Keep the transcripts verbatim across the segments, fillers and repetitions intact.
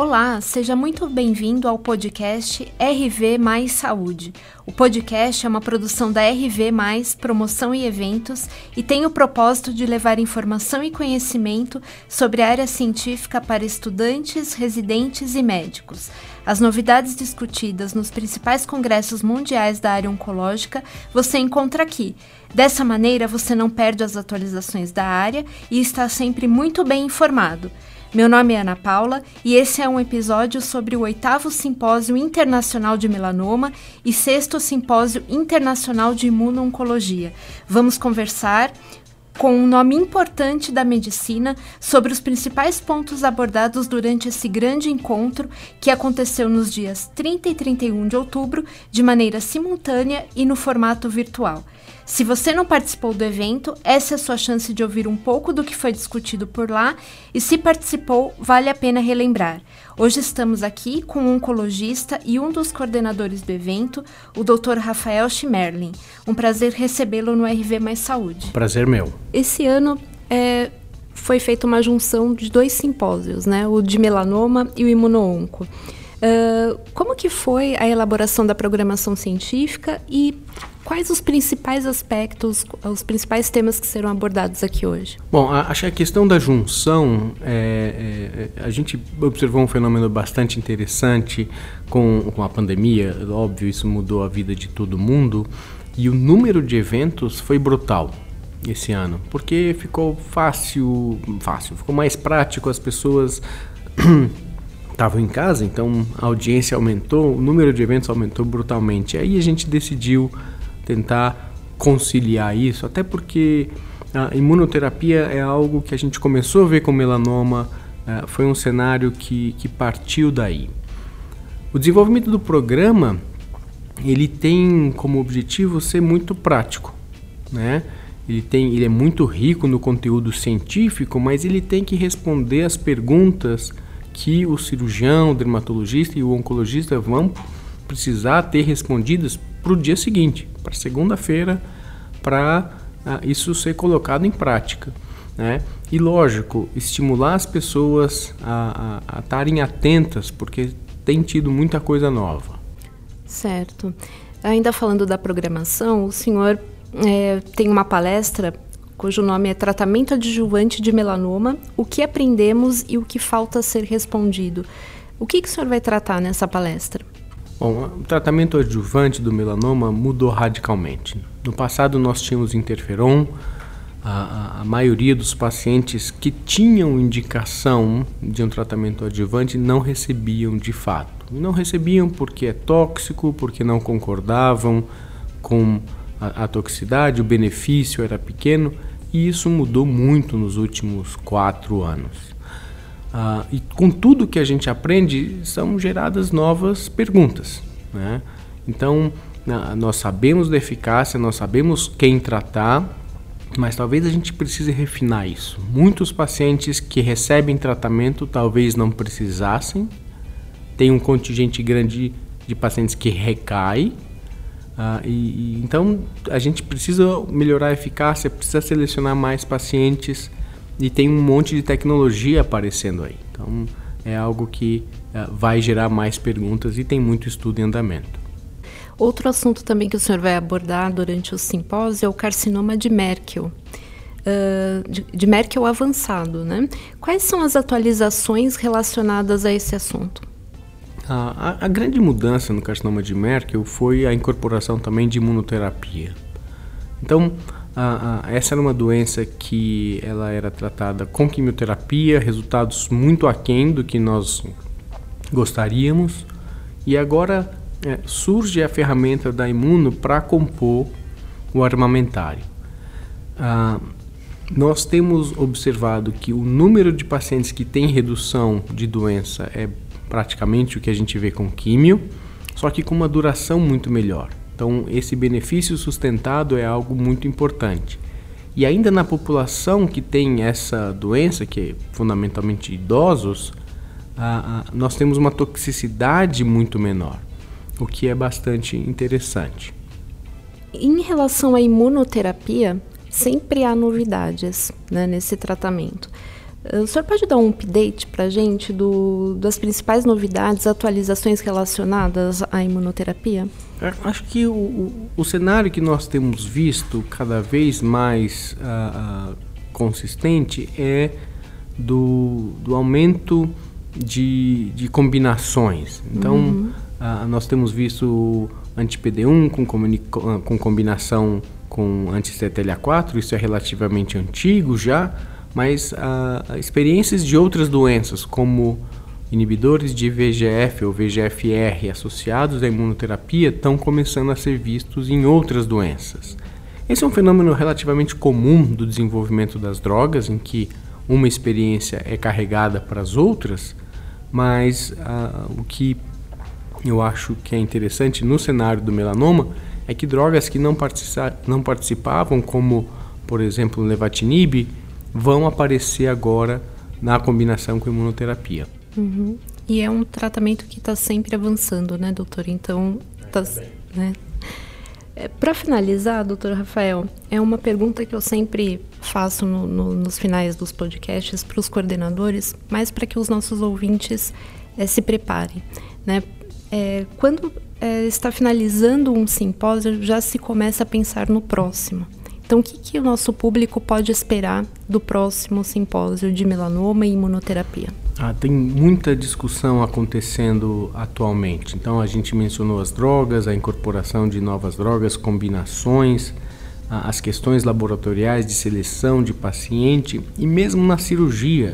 Olá, seja muito bem-vindo ao podcast R V Mais Saúde. O podcast é uma produção da R V Mais Promoção e Eventos e tem o propósito de levar informação e conhecimento sobre a área científica para estudantes, residentes e médicos. As novidades discutidas nos principais congressos mundiais da área oncológica você encontra aqui. Dessa maneira, você não perde as atualizações da área e está sempre muito bem informado. Meu nome é Ana Paula e esse é um episódio sobre o oitavo Simpósio Internacional de Melanoma e sexto Simpósio Internacional de Imuno-Oncologia. Vamos conversar com um nome importante da medicina sobre os principais pontos abordados durante esse grande encontro que aconteceu nos dias trinta e trinta e um de outubro, de maneira simultânea e no formato virtual. Se você não participou do evento, essa é a sua chance de ouvir um pouco do que foi discutido por lá e, se participou, vale a pena relembrar. Hoje estamos aqui com um oncologista e um dos coordenadores do evento, o doutor Rafael Schmerling. Um prazer recebê-lo no R V Mais Saúde. Prazer meu. Esse ano é, foi feita uma junção de dois simpósios, né? O de melanoma e o imuno-onco. Uh, como que foi a elaboração da programação científica e quais os principais aspectos, os principais temas que serão abordados aqui hoje? Bom, acho que a questão da junção, é, é, a gente observou um fenômeno bastante interessante com, com a pandemia. Óbvio, isso mudou a vida de todo mundo e o número de eventos foi brutal esse ano, porque ficou fácil, fácil, ficou mais prático, as pessoas estavam em casa, então a audiência aumentou, o número de eventos aumentou brutalmente. Aí a gente decidiu tentar conciliar isso, até porque a imunoterapia é algo que a gente começou a ver com melanoma, uh, foi um cenário que, que partiu daí. O desenvolvimento do programa, ele tem como objetivo ser muito prático, né? Ele, tem, ele é muito rico no conteúdo científico, mas ele tem que responder as perguntas que o cirurgião, o dermatologista e o oncologista vão precisar ter respondidas para o dia seguinte, para segunda-feira, para ah, isso ser colocado em prática, né? E lógico, estimular as pessoas a estarem atentas, porque tem tido muita coisa nova. Certo. Ainda falando da programação, o senhor é, tem uma palestra cujo nome é Tratamento Adjuvante de Melanoma, o que aprendemos e o que falta ser respondido. O que, que o senhor vai tratar nessa palestra? Bom, o tratamento adjuvante do melanoma mudou radicalmente. No passado nós tínhamos interferon, a, a, a maioria dos pacientes que tinham indicação de um tratamento adjuvante não recebiam de fato. E não recebiam porque é tóxico, porque não concordavam com a, a toxicidade, o benefício era pequeno. E isso mudou muito nos últimos quatro anos. Ah, e com tudo que a gente aprende, são geradas novas perguntas, né? Então, ah, nós sabemos da eficácia, nós sabemos quem tratar, mas talvez a gente precise refinar isso. Muitos pacientes que recebem tratamento talvez não precisassem, tem um contingente grande de pacientes que recai. Ah, e, e, então a gente precisa melhorar a eficácia, precisa selecionar mais pacientes e tem um monte de tecnologia aparecendo aí. Então é algo que ah, vai gerar mais perguntas e tem muito estudo em andamento. Outro assunto também que o senhor vai abordar durante o simpósio é o carcinoma de Merkel, uh, de, de Merkel avançado, né? Quais são as atualizações relacionadas a esse assunto? A, a grande mudança no carcinoma de Merkel foi a incorporação também de imunoterapia. Então, a, a, essa era uma doença que ela era tratada com quimioterapia, resultados muito aquém do que nós gostaríamos, e agora é, surge a ferramenta da imuno para compor o armamentário. Ah, nós temos observado que o número de pacientes que tem redução de doença é praticamente o que a gente vê com químio, só que com uma duração muito melhor. Então, esse benefício sustentado é algo muito importante. E ainda na população que tem essa doença, que é fundamentalmente idosos, ah, ah, nós temos uma toxicidade muito menor, o que é bastante interessante. Em relação à imunoterapia, sempre há novidades, né, nesse tratamento. O senhor pode dar um update para a gente do, das principais novidades, atualizações relacionadas à imunoterapia? Eu acho que o, o, o cenário que nós temos visto cada vez mais uh, uh, consistente é do, do aumento de, de combinações. Então, uhum. uh, nós temos visto anti-P D um com, com combinação com anti-C T L A quatro, isso é relativamente antigo já, mas uh, experiências de outras doenças, como inibidores de V G F ou V G F R associados à imunoterapia, estão começando a ser vistos em outras doenças. Esse é um fenômeno relativamente comum do desenvolvimento das drogas, em que uma experiência é carregada para as outras, mas uh, o que eu acho que é interessante no cenário do melanoma é que drogas que não, participa- não participavam, como, por exemplo, o Lenvatinib, vão aparecer agora na combinação com imunoterapia. Uhum. E é um tratamento que está sempre avançando, né, doutor? Então, tá, né? É, para finalizar, doutor Rafael, é uma pergunta que eu sempre faço no, no, nos finais dos podcasts para os coordenadores, mas para que os nossos ouvintes é, se preparem, né? É, quando é, está finalizando um simpósio, já se começa a pensar no próximo. Então, o que, que o nosso público pode esperar do próximo simpósio de melanoma e imunoterapia? Ah, tem muita discussão acontecendo atualmente. Então, a gente mencionou as drogas, a incorporação de novas drogas, combinações, ah, as questões laboratoriais de seleção de paciente e mesmo na cirurgia.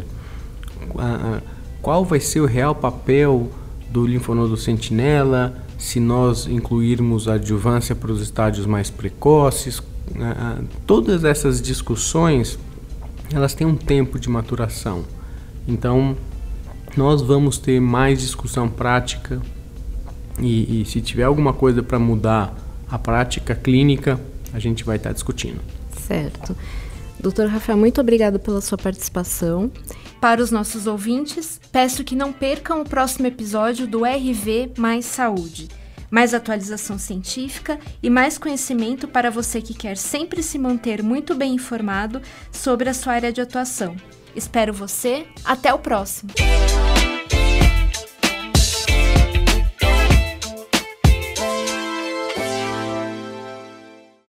Ah, qual vai ser o real papel do linfonodo sentinela, se nós incluirmos a adjuvância para os estádios mais precoces? Uh, todas essas discussões, elas têm um tempo de maturação. Então, nós vamos ter mais discussão prática e, e se tiver alguma coisa para mudar a prática clínica, a gente vai estar discutindo. Certo. doutor Rafael, muito obrigado pela sua participação. Para os nossos ouvintes, peço que não percam o próximo episódio do R V Mais Saúde. Mais atualização científica e mais conhecimento para você que quer sempre se manter muito bem informado sobre a sua área de atuação. Espero você. Até o próximo!